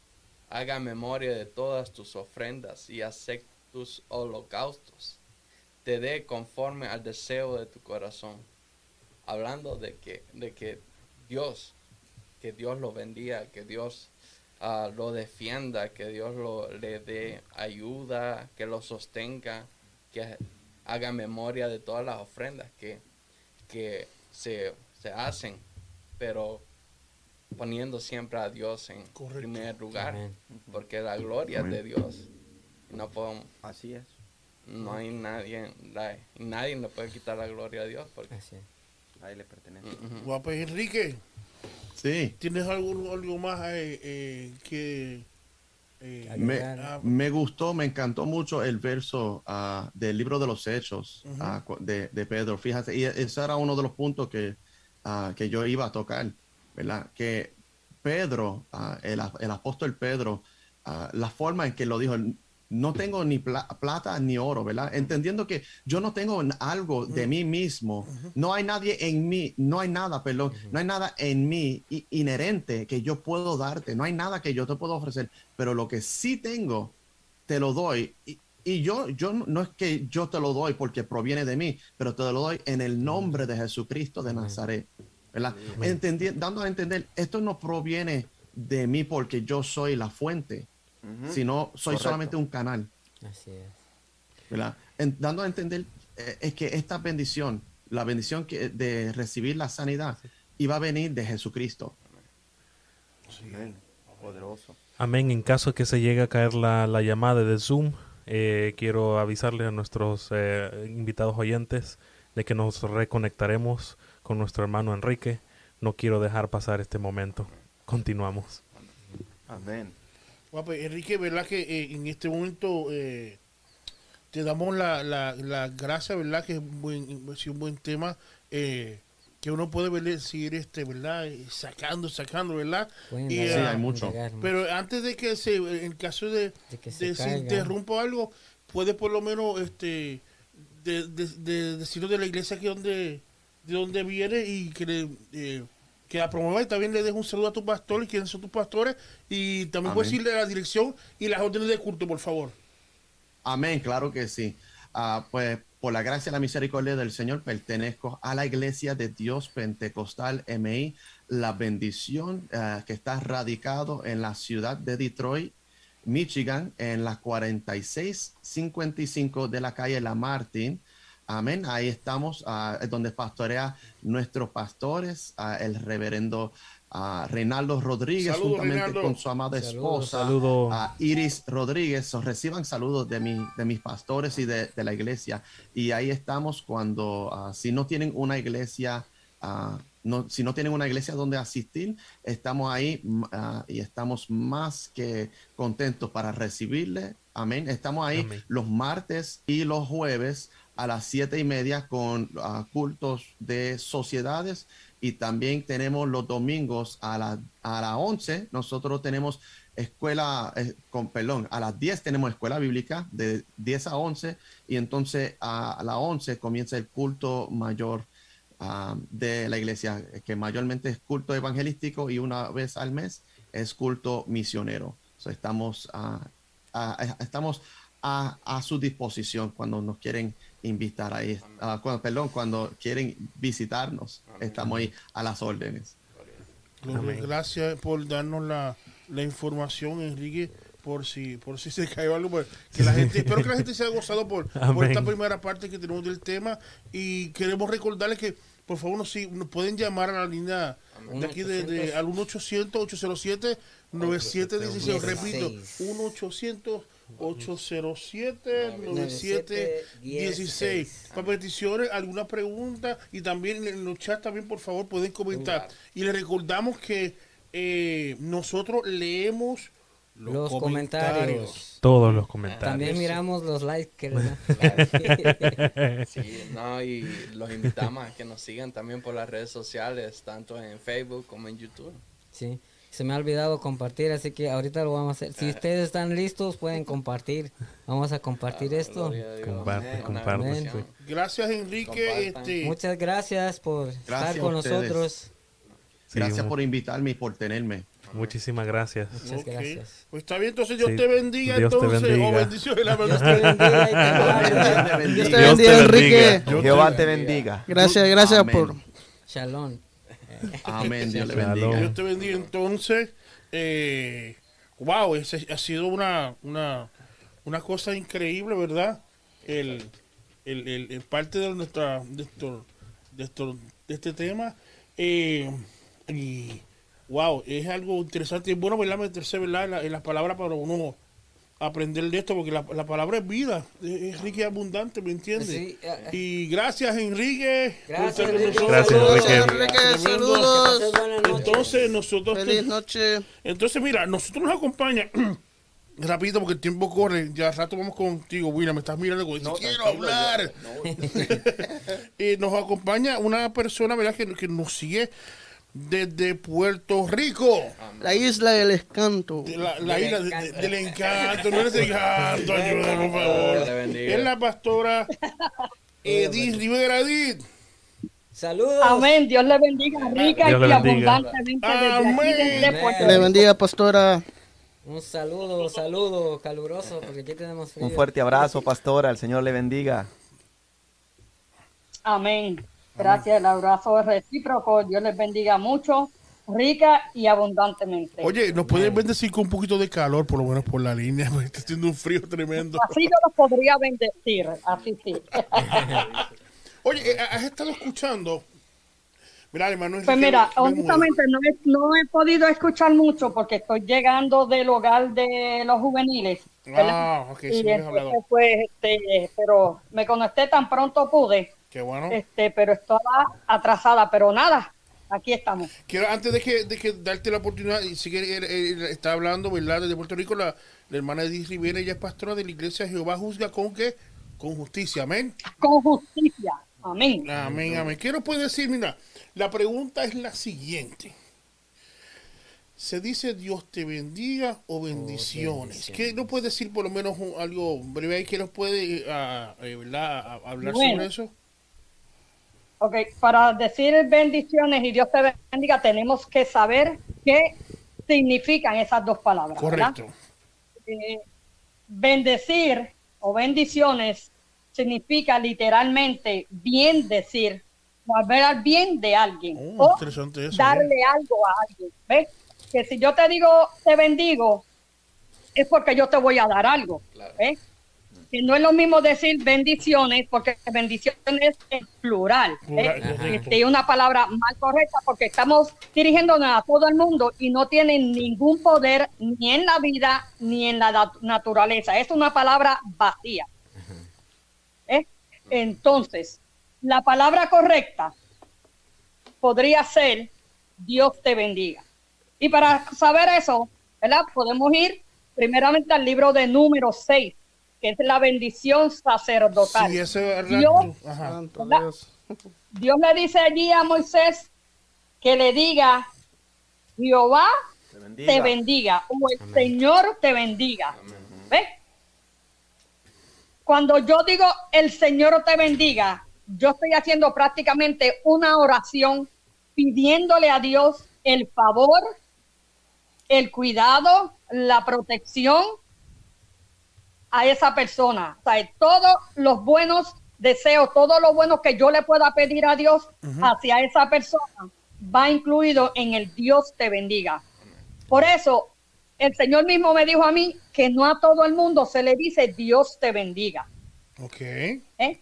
[SPEAKER 1] haga memoria de todas tus ofrendas y acepte tus holocaustos, te dé conforme al deseo de tu corazón. Hablando de que, de que Dios, que Dios lo bendiga, que Dios Uh, lo defienda, que Dios lo, le dé ayuda, que lo sostenga, que haga memoria de todas las ofrendas que, que se, se hacen, pero poniendo siempre a Dios en Correcto. Primer lugar, Amén. Porque la gloria Amén. Es de Dios. No podemos.
[SPEAKER 4] Así es.
[SPEAKER 1] no hay nadie, la- nadie le puede quitar la gloria a Dios porque
[SPEAKER 2] Así es.
[SPEAKER 4] A él le pertenece.
[SPEAKER 1] ujú.
[SPEAKER 3] Bueno, pues, Enrique,
[SPEAKER 5] Sí.
[SPEAKER 3] ¿tienes algo, algo más eh, eh, que... eh,
[SPEAKER 5] Me,
[SPEAKER 3] ah,
[SPEAKER 5] me gustó, me encantó mucho el verso ah, del libro de los Hechos
[SPEAKER 3] Ujú.
[SPEAKER 5] ah, cu- de, de Pedro. Fíjate, y ese era uno de los puntos que, ah, que yo iba a tocar, ¿verdad? Que Pedro, ah, el, a- el apóstol Pedro, ah, la forma en que lo dijo, no tengo ni pla- plata ni oro, ¿verdad? Entendiendo que yo no tengo n- algo de mí mismo, no hay nadie en mí, no hay nada, perdón, no hay nada en mí i- inherente que yo puedo darte, no hay nada que yo te puedo ofrecer, pero lo que sí tengo, te lo doy. Y, y yo, yo no no es que yo te lo doy porque proviene de mí, pero te lo doy en el nombre de Jesucristo de Nazaret, ¿verdad? Entendi- dando a entender, esto no proviene de mí porque yo soy la fuente,
[SPEAKER 4] Ujú.
[SPEAKER 5] sino soy
[SPEAKER 4] Correcto.
[SPEAKER 5] solamente un canal,
[SPEAKER 2] Así es.
[SPEAKER 5] ¿verdad? En- dando a entender eh, es que esta bendición, la bendición que, de recibir la sanidad, iba a venir de Jesucristo.
[SPEAKER 4] Amén. Poderoso.
[SPEAKER 6] Amén. En caso que se llegue a caer la, la llamada de Zoom, eh, quiero avisarle a nuestros eh, invitados oyentes de que nos reconectaremos con nuestro hermano Enrique. No quiero dejar pasar este momento. Continuamos.
[SPEAKER 4] Amén.
[SPEAKER 3] bueno, pues, Enrique, ¿verdad que eh, en este momento eh, te damos la, la, la gracia, ¿verdad? Que es un buen, ha sido un buen tema eh, que uno puede ver, seguir este, ¿verdad? Eh, Sacando, sacando, ¿verdad?
[SPEAKER 2] Pueden
[SPEAKER 3] Y,
[SPEAKER 2] indagar,
[SPEAKER 3] ah,
[SPEAKER 5] hay mucho.
[SPEAKER 2] indagar mucho.
[SPEAKER 3] Pero antes de que se, en caso de,
[SPEAKER 2] De que se
[SPEAKER 3] de se
[SPEAKER 2] caiga.
[SPEAKER 3] interrumpa algo, puede por lo menos este de, de, de decirlo de la iglesia que donde, de donde viene y que le, eh, que la promueva y también le dejo un saludo a tus pastores, quiénes son tus pastores, y también puedes
[SPEAKER 5] Amén.
[SPEAKER 3] decirle la dirección y las órdenes de culto, por favor.
[SPEAKER 5] Amén, claro que sí. Ah, pues por la gracia y la misericordia del Señor pertenezco a la Iglesia de Dios Pentecostal M I, la bendición ah, que está radicado en la ciudad de Detroit, Michigan, en la cuarenta y seis cincuenta y cinco de la calle La Martin. Amén. Ahí estamos, ah, es donde pastorea nuestros pastores, ah, el reverendo ah, Reinaldo Rodríguez,
[SPEAKER 3] Saludos,
[SPEAKER 5] juntamente
[SPEAKER 3] Reinaldo.
[SPEAKER 5] con su amada
[SPEAKER 2] Saludos.
[SPEAKER 5] esposa,
[SPEAKER 6] Saludos.
[SPEAKER 5] a Iris Rodríguez. So, reciban saludos de, mi, de mis pastores y de, de la iglesia. Y ahí estamos cuando, ah, si no tienen una iglesia, ah, no, si no tienen una iglesia donde asistir, estamos ahí mm, ah, y estamos más que contentos para recibirle. Amén. Estamos ahí
[SPEAKER 6] Amén.
[SPEAKER 5] los martes y los jueves a las siete y media con ah, cultos de sociedades, y también tenemos los domingos a la a las once. Nosotros tenemos escuela, eh, con perdón, a las diez tenemos escuela bíblica de diez a once, y entonces a, a las once comienza el culto mayor ah, de la iglesia, que mayormente es culto evangelístico y una vez al mes es culto misionero. So, estamos ah, ah, estamos a, a su disposición cuando nos quieren invitar ahí, ah, cuando, perdón, cuando quieren visitarnos.
[SPEAKER 1] Amén.
[SPEAKER 5] Estamos ahí a las órdenes.
[SPEAKER 3] Gloria,
[SPEAKER 6] Amén.
[SPEAKER 3] gracias por darnos la, la información, Enrique, por si por si se cayó algo, pues, que la gente, espero que la gente se haya gozado por, por
[SPEAKER 6] Amén.
[SPEAKER 3] esta primera parte que tenemos del tema, y queremos recordarles que por favor nos, si- nos pueden llamar a la línea de aquí de, de- al uno ochocientos, ocho cero siete, nueve siete uno seis, repito, uno ochocientos, ocho cero siete, nueve siete uno seis. Para peticiones, alguna pregunta, y también en los chats también por favor pueden comentar. Y les recordamos que eh, nosotros leemos los,
[SPEAKER 2] Los comentarios.
[SPEAKER 6] Todos los comentarios.
[SPEAKER 2] También miramos los likes que le dan.
[SPEAKER 1] Sí, no, y los invitamos a que nos sigan también por las redes sociales, tanto en Facebook como en YouTube.
[SPEAKER 2] Sí, se me ha olvidado compartir, así que ahorita lo vamos a hacer. Si ustedes están listos, pueden compartir. Vamos a compartir
[SPEAKER 1] Ah,
[SPEAKER 2] esto.
[SPEAKER 1] gloria a Dios.
[SPEAKER 6] Comparte,
[SPEAKER 1] Amén. Una
[SPEAKER 6] comparte,
[SPEAKER 1] bendición.
[SPEAKER 3] Gracias, Enrique.
[SPEAKER 1] Compartan.
[SPEAKER 3] Este,
[SPEAKER 2] Muchas gracias por estar
[SPEAKER 5] a
[SPEAKER 2] con
[SPEAKER 5] ustedes.
[SPEAKER 2] nosotros.
[SPEAKER 6] Sí,
[SPEAKER 5] Gracias
[SPEAKER 6] mu-
[SPEAKER 5] por invitarme y por tenerme.
[SPEAKER 6] Muchísimas gracias.
[SPEAKER 2] Muchas
[SPEAKER 3] ok.
[SPEAKER 2] gracias.
[SPEAKER 3] Pues está bien, entonces Dios
[SPEAKER 6] Sí.
[SPEAKER 3] te bendiga.
[SPEAKER 6] Dios te
[SPEAKER 3] entonces,
[SPEAKER 6] bendiga.
[SPEAKER 3] oh, bendiciones, la
[SPEAKER 2] Dios
[SPEAKER 3] verdad.
[SPEAKER 2] te bendiga y te guarde.
[SPEAKER 5] Dios te bendiga.
[SPEAKER 7] Dios te
[SPEAKER 6] Dios
[SPEAKER 7] bendiga,
[SPEAKER 6] te
[SPEAKER 7] Enrique.
[SPEAKER 6] bendiga.
[SPEAKER 4] Jehová te bendiga.
[SPEAKER 7] Gracias, gracias
[SPEAKER 5] Amén.
[SPEAKER 7] por...
[SPEAKER 2] Shalom.
[SPEAKER 5] Amén. Dios le
[SPEAKER 6] Shalom.
[SPEAKER 5] bendiga.
[SPEAKER 3] Dios te bendiga. Entonces, eh, wow, ese ha sido una, una, una cosa increíble, ¿verdad? El, el, el, el parte de nuestra de, esto, de, esto, de este tema. Eh, y wow, es algo interesante. Es bueno, ¿verdad? Meterse, ¿verdad? En, la, en las palabras para uno aprender de esto, porque la, la palabra es vida, es rica y abundante, ¿me entiendes?
[SPEAKER 2] Sí, uh,
[SPEAKER 3] y gracias, Enrique.
[SPEAKER 2] Gracias,
[SPEAKER 3] por estar con
[SPEAKER 2] Enrique.
[SPEAKER 6] Gracias,
[SPEAKER 3] nosotros.
[SPEAKER 6] Enrique.
[SPEAKER 7] Enrique,
[SPEAKER 3] Tremendo.
[SPEAKER 7] saludos.
[SPEAKER 2] Que pases buenas noches.
[SPEAKER 3] Entonces, nosotros...
[SPEAKER 7] Feliz noche.
[SPEAKER 3] Entonces, mira, nosotros nos acompaña... Rapidito, porque el tiempo corre. Ya al rato vamos contigo, William. Me estás mirando como,
[SPEAKER 4] No,
[SPEAKER 3] quiero
[SPEAKER 4] tranquilo,
[SPEAKER 3] hablar.
[SPEAKER 4] yo- no,
[SPEAKER 3] Eh, nos acompaña una persona, ¿verdad? Que, que nos sigue desde Puerto Rico.
[SPEAKER 7] La isla del escanto.
[SPEAKER 3] De La, la
[SPEAKER 2] Del
[SPEAKER 3] isla de-
[SPEAKER 2] encanto.
[SPEAKER 3] de- del encanto. No eres encanto, ayúdame, por favor.
[SPEAKER 1] Dios le bendiga.
[SPEAKER 3] Es la pastora Edith Rivera. Edith.
[SPEAKER 2] Saludos.
[SPEAKER 8] Amén. Dios le bendiga rica
[SPEAKER 6] Dios
[SPEAKER 8] y
[SPEAKER 6] le bendiga.
[SPEAKER 8] abundantemente desde aquí,
[SPEAKER 3] Amén.
[SPEAKER 8] desde Puerto
[SPEAKER 7] Le
[SPEAKER 8] Rico.
[SPEAKER 7] bendiga, pastora.
[SPEAKER 2] Un saludo, saludo caluroso, porque aquí tenemos frío.
[SPEAKER 4] Un fuerte abrazo, pastora. El Señor le bendiga.
[SPEAKER 8] Amén. Gracias, el abrazo es recíproco. Dios les bendiga mucho, rica y abundantemente.
[SPEAKER 3] Oye, ¿nos puedes bendecir con un poquito de calor, por lo menos por la línea? Porque está haciendo un frío tremendo.
[SPEAKER 8] Así yo los podría bendecir, así sí.
[SPEAKER 3] Oye, eh, ¿has estado escuchando? Mira, hermano.
[SPEAKER 8] Pues mira, honestamente no he, no he podido escuchar mucho porque estoy llegando del hogar de los juveniles. ¿verdad?
[SPEAKER 3] Ah, ok, sí
[SPEAKER 8] y
[SPEAKER 3] me has hablado.
[SPEAKER 8] entonces, pues, este, pero me conecté tan pronto pude,
[SPEAKER 3] Qué bueno.
[SPEAKER 8] este, pero estaba atrasada, pero nada, aquí estamos.
[SPEAKER 3] Quiero, antes de que, de que darte la oportunidad, y si que él- él está hablando, ¿verdad? Desde Puerto Rico, la, la hermana Edith Rivera, ella es pastora de la iglesia Jehová Juzga con qué? Con justicia, amén.
[SPEAKER 8] Con justicia, amén.
[SPEAKER 3] Amén, amén. ¿Qué nos puede decir? Mira, la pregunta es la siguiente. ¿Se dice Dios te bendiga o bendiciones? ¿Qué nos puede decir por lo menos un- algo breve ahí que nos puede ah, eh, ¿verdad? A- hablar
[SPEAKER 8] Bueno.
[SPEAKER 3] sobre eso?
[SPEAKER 8] Ok, para decir bendiciones y Dios te bendiga, tenemos que saber qué significan esas dos palabras, ¿verdad?
[SPEAKER 3] Correcto.
[SPEAKER 8] Eh, bendecir o bendiciones significa literalmente bien decir, o hablar bien de alguien,
[SPEAKER 3] Oh,
[SPEAKER 8] o
[SPEAKER 3] interesante eso.
[SPEAKER 8] darle algo a alguien. ¿Ves? Que si yo te digo te bendigo, es porque yo te voy a dar algo.
[SPEAKER 1] Claro.
[SPEAKER 8] ¿Ves? Que no es lo mismo decir bendiciones, porque bendiciones es plural. ¿ves?
[SPEAKER 3] Plural, correcto.
[SPEAKER 8] Este, es una palabra mal correcta porque estamos dirigiéndonos a todo el mundo y no tienen ningún poder ni en la vida ni en la nat- naturaleza. Es una palabra vacía. ¿Eh? Entonces, la palabra correcta podría ser Dios te bendiga. Y para saber eso, ¿verdad? Podemos ir primeramente al libro de Números seis, que es la bendición sacerdotal.
[SPEAKER 3] Sí, ese
[SPEAKER 8] Dios-
[SPEAKER 3] Ajá.
[SPEAKER 7] Santo
[SPEAKER 8] ¿verdad?
[SPEAKER 7] Dios.
[SPEAKER 8] Dios le dice allí a Moisés que le diga, Jehová
[SPEAKER 4] Te bendiga.
[SPEAKER 8] te bendiga, o el Señor te bendiga. ¿Ves? Cuando yo digo el Señor te bendiga, yo estoy haciendo prácticamente una oración pidiéndole a Dios el favor, el cuidado, la protección a esa persona. O sea, todos los buenos deseos, todo lo bueno que yo le pueda pedir a Dios hacia esa persona va incluido en el Dios te bendiga. Por eso, el Señor mismo me dijo a mí que no a todo el mundo se le dice Dios te bendiga.
[SPEAKER 3] Ok.
[SPEAKER 8] ¿eh?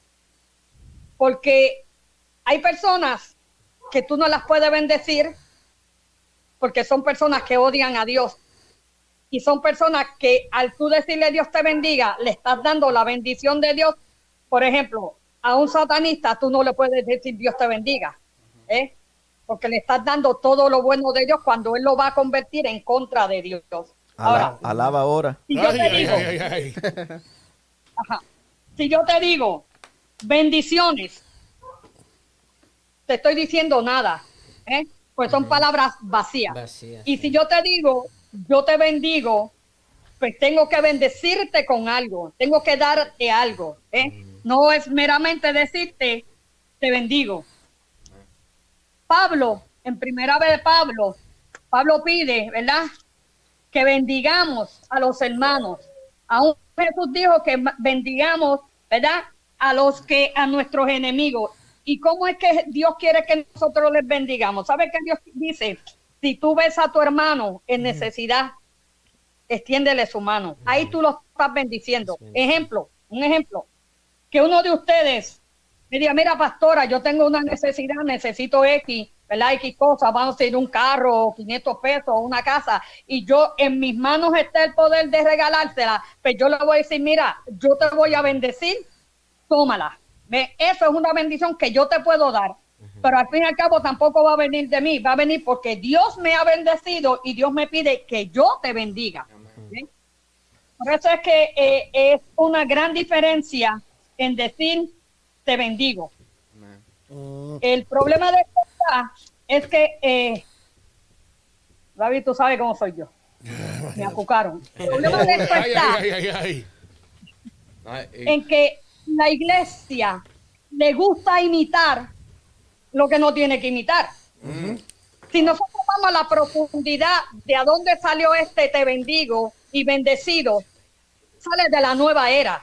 [SPEAKER 8] Porque hay personas que tú no las puedes bendecir porque son personas que odian a Dios. Y son personas que al tú decirle Dios te bendiga, le estás dando la bendición de Dios. Por ejemplo, a un satanista tú no le puedes decir Dios te bendiga, ¿eh? Porque le estás dando todo lo bueno de Dios cuando él lo va a convertir en contra de Dios. Ahora,
[SPEAKER 4] Ala- alaba ahora.
[SPEAKER 8] si yo
[SPEAKER 3] Ay,
[SPEAKER 8] te
[SPEAKER 3] ay,
[SPEAKER 8] digo,
[SPEAKER 3] ay, ay, ay.
[SPEAKER 8] ajá, si yo te digo bendiciones, te estoy diciendo nada, ¿eh? Pues son palabras vacías.
[SPEAKER 2] Vacías.
[SPEAKER 8] Y si yo te digo, yo te bendigo, pues tengo que bendecirte con algo, tengo que darte algo, ¿eh? No es meramente decirte, te bendigo. Pablo, en primera vez de Pablo, Pablo pide, ¿verdad? Que bendigamos a los hermanos. Aún Jesús dijo que bendigamos, ¿verdad? A los que, a nuestros enemigos. ¿Y cómo es que Dios quiere que nosotros les bendigamos? ¿Sabe qué Dios dice? Si tú ves a tu hermano en necesidad, extiéndele su mano. Ahí tú lo estás bendiciendo. Ejemplo, un ejemplo. Que uno de ustedes me diga, mira, pastora, yo tengo una necesidad, necesito X, ¿verdad? X cosas, vamos a ir un carro, quinientos pesos, una casa, y yo, en mis manos está el poder de regalársela, pues yo le voy a decir, mira, yo te voy a bendecir, tómala. ¿Ve? Eso es una bendición que yo te puedo dar, uh-huh. pero al fin y al cabo tampoco va a venir de mí, va a venir porque Dios me ha bendecido y Dios me pide que yo te bendiga. ¿Ve? Por eso es que eh, es una gran diferencia en decir te bendigo. Uh-huh. El problema de esto está, es que eh, David, tú sabes cómo soy yo. Me acucaron. El problema de esto está ay, ay, ay, ay. en que la iglesia le gusta imitar lo que no tiene que imitar. Uh-huh. Si nosotros vamos a la profundidad de a dónde salió este te bendigo y bendecido, sale de la nueva era,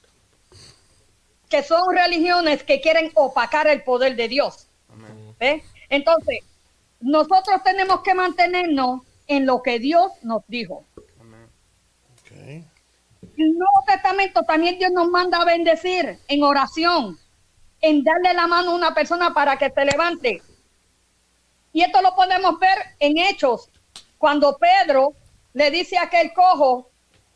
[SPEAKER 8] que son religiones que quieren opacar el poder de Dios. ¿Eh? Entonces, nosotros tenemos que mantenernos en lo que Dios nos dijo. Okay. El Nuevo Testamento también Dios nos manda a bendecir en oración, en darle la mano a una persona para que se levante. Y esto lo podemos ver en Hechos, cuando Pedro le dice a aquel cojo,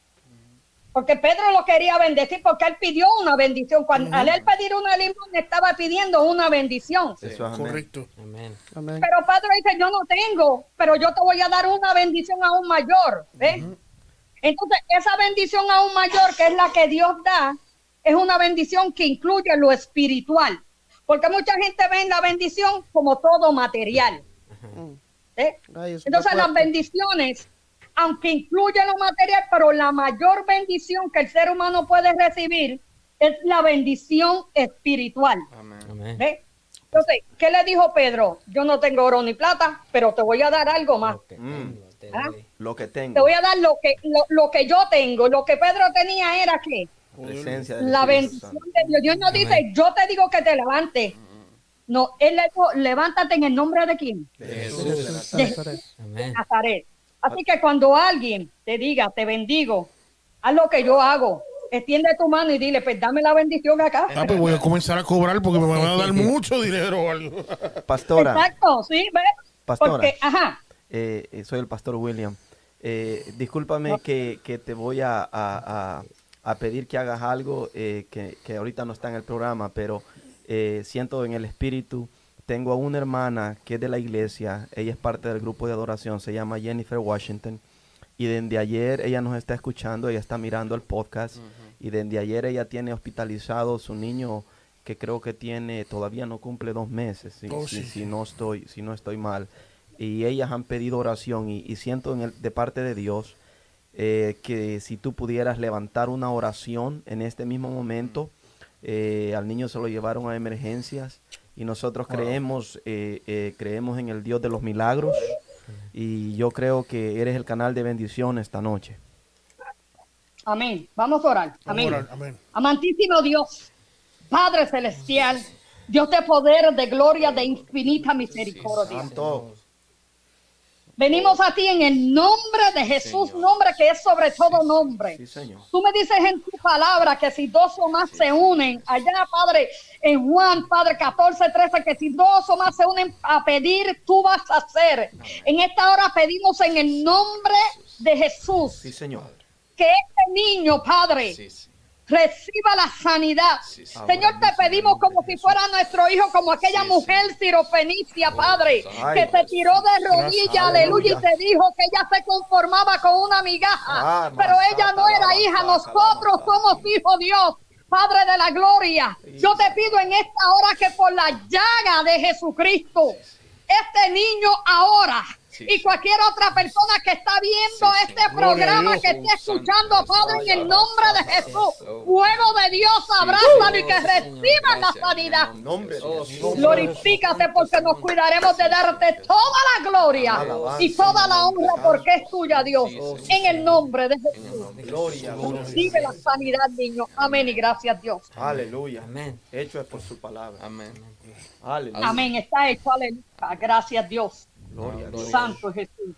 [SPEAKER 8] porque Pedro lo quería bendecir, porque él pidió una bendición. Cuando uh-huh. al él pedir una limón, estaba pidiendo una bendición.
[SPEAKER 3] Sí. Eso es correcto.
[SPEAKER 8] Amén. Amén. Pero Pedro dice, yo no tengo, pero yo te voy a dar una bendición aún mayor. ¿Ves? Uh-huh. Entonces, esa bendición aún mayor, que es la que Dios da, es una bendición que incluye lo espiritual. Porque mucha gente ve en la bendición como todo material. Uh-huh. ¿Eh? Entonces, las bendiciones, aunque incluye lo material, pero la mayor bendición que el ser humano puede recibir es la bendición espiritual. Amén. ¿Eh? Entonces, ¿qué le dijo Pedro? Yo no tengo oro ni plata, pero te voy a dar algo más.
[SPEAKER 4] Lo que, mm. ¿Ah? lo que tengo.
[SPEAKER 8] Te voy a dar lo que, lo, lo que yo tengo. Lo que Pedro tenía era ¿qué?
[SPEAKER 4] Presencia
[SPEAKER 8] la bendición de Dios. Dios no Amén. Dice, yo te digo que te levantes. No, él le dijo, levántate en el nombre de quién?
[SPEAKER 4] De Jesús de Nazaret.
[SPEAKER 8] De Jesús de Nazaret. Así que cuando alguien te diga, te bendigo, haz lo que yo hago, extiende tu mano y dile, pues dame la bendición acá.
[SPEAKER 3] Ah, pues voy a comenzar a cobrar porque me van a dar mucho dinero o algo.
[SPEAKER 4] Pastora.
[SPEAKER 8] Exacto, sí, ¿ves?
[SPEAKER 4] Pastora,
[SPEAKER 8] porque, ajá.
[SPEAKER 4] Eh, soy el pastor William. Eh, discúlpame no. que, que te voy a, a, a, a pedir que hagas algo eh, que, que ahorita no está en el programa, pero eh, siento en el espíritu. Tengo a una hermana que es de la iglesia, ella es parte del grupo de adoración, se llama Jennifer Washington, y desde ayer ella nos está escuchando, ella está mirando el podcast, uh-huh. y desde ayer ella tiene hospitalizado su niño, que creo que tiene, todavía no cumple dos meses, si, oh, si, sí. si, no, estoy, si no estoy mal, y ellas han pedido oración, y, y siento en el, de parte de Dios, eh, que si tú pudieras levantar una oración en este mismo momento, eh, al niño se lo llevaron a emergencias, y nosotros wow. creemos eh, eh, creemos en el Dios de los milagros, y yo creo que eres el canal de bendición esta noche.
[SPEAKER 8] Amén. Vamos a orar. Amén.
[SPEAKER 3] Vamos a orar. Amén.
[SPEAKER 8] Amantísimo Dios, Padre celestial, Dios de poder, de gloria, de infinita misericordia.
[SPEAKER 4] Santo.
[SPEAKER 8] Venimos a ti en el nombre de Jesús, Señor. Nombre que es sobre todo nombre.
[SPEAKER 4] Sí, Señor.
[SPEAKER 8] Tú me dices en tu palabra que si dos o más sí. se unen, allá, Padre, en Juan, Padre, catorce, trece, que si dos o más se unen a pedir, tú vas a hacer. Amén. En esta hora pedimos en el nombre de Jesús.
[SPEAKER 4] Sí, Señor.
[SPEAKER 8] Que este niño, Padre, sí, sí. reciba la sanidad. Sí, sí. Señor, te pedimos como si fuera nuestro hijo, como aquella sí, mujer sí. sirofenicia, Padre, oh, que se tiró de rodillas, aleluya, y te dijo que ella se conformaba con una migaja, ah, pero ella no era hija, nosotros somos hijos, Dios, Padre de la gloria. Yo te pido en esta hora que por la llaga de Jesucristo, este niño ahora... Sí, y cualquier otra persona que está viendo sí, este sí. programa, que esté escuchando, Santo, Padre, en el nombre de Jesús, fuego de Dios, abrázalo y que reciban la sanidad. Glorifícate porque nos cuidaremos de darte toda la gloria y toda la honra porque es tuya, Dios, en el nombre de Jesús. Recibe la sanidad, niño. Amén y gracias, Dios.
[SPEAKER 4] Aleluya. Amén. Hecho es por su palabra.
[SPEAKER 1] Amén.
[SPEAKER 4] Aleluya.
[SPEAKER 8] Amén. Está hecho. Aleluya. Gracias, Dios.
[SPEAKER 4] Gloria, gloria.
[SPEAKER 8] Santo Jesús.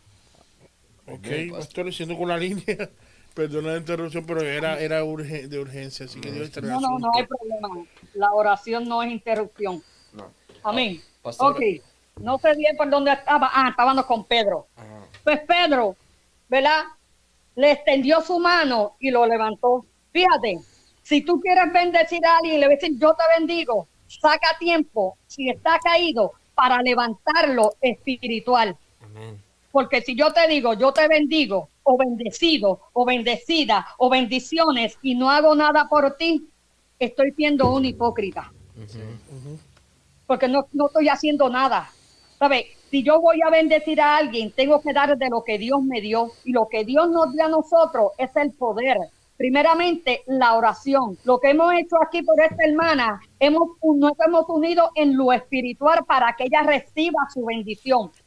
[SPEAKER 3] Ok, pastor, siendo con la línea, perdona la interrupción, pero era, era urge, de urgencia, así que Dios te
[SPEAKER 8] No, no, no hay problema. La oración no es interrupción.
[SPEAKER 1] No.
[SPEAKER 8] Amén.
[SPEAKER 1] Pastor,
[SPEAKER 8] okay. no sé bien por dónde estaba, ah, estábamos con Pedro.
[SPEAKER 1] Ajá.
[SPEAKER 8] Pues Pedro, ¿verdad? Le extendió su mano y lo levantó. Fíjate, si tú quieres bendecir a alguien y le vas a decir, yo te bendigo, saca tiempo, si está caído, para levantarlo espiritual.
[SPEAKER 2] Amén.
[SPEAKER 8] Porque si yo te digo, yo te bendigo, o bendecido, o bendecida, o bendiciones, y no hago nada por ti, estoy siendo un hipócrita.
[SPEAKER 2] Uh-huh.
[SPEAKER 8] Porque no, no estoy haciendo nada. ¿Sabes? Si yo voy a bendecir a alguien, tengo que dar de lo que Dios me dio. Y lo que Dios nos dio a nosotros es el poder. Primeramente, la oración. Lo que hemos hecho aquí por esta hermana, hemos, nos hemos unido en lo espiritual para que ella reciba su bendición.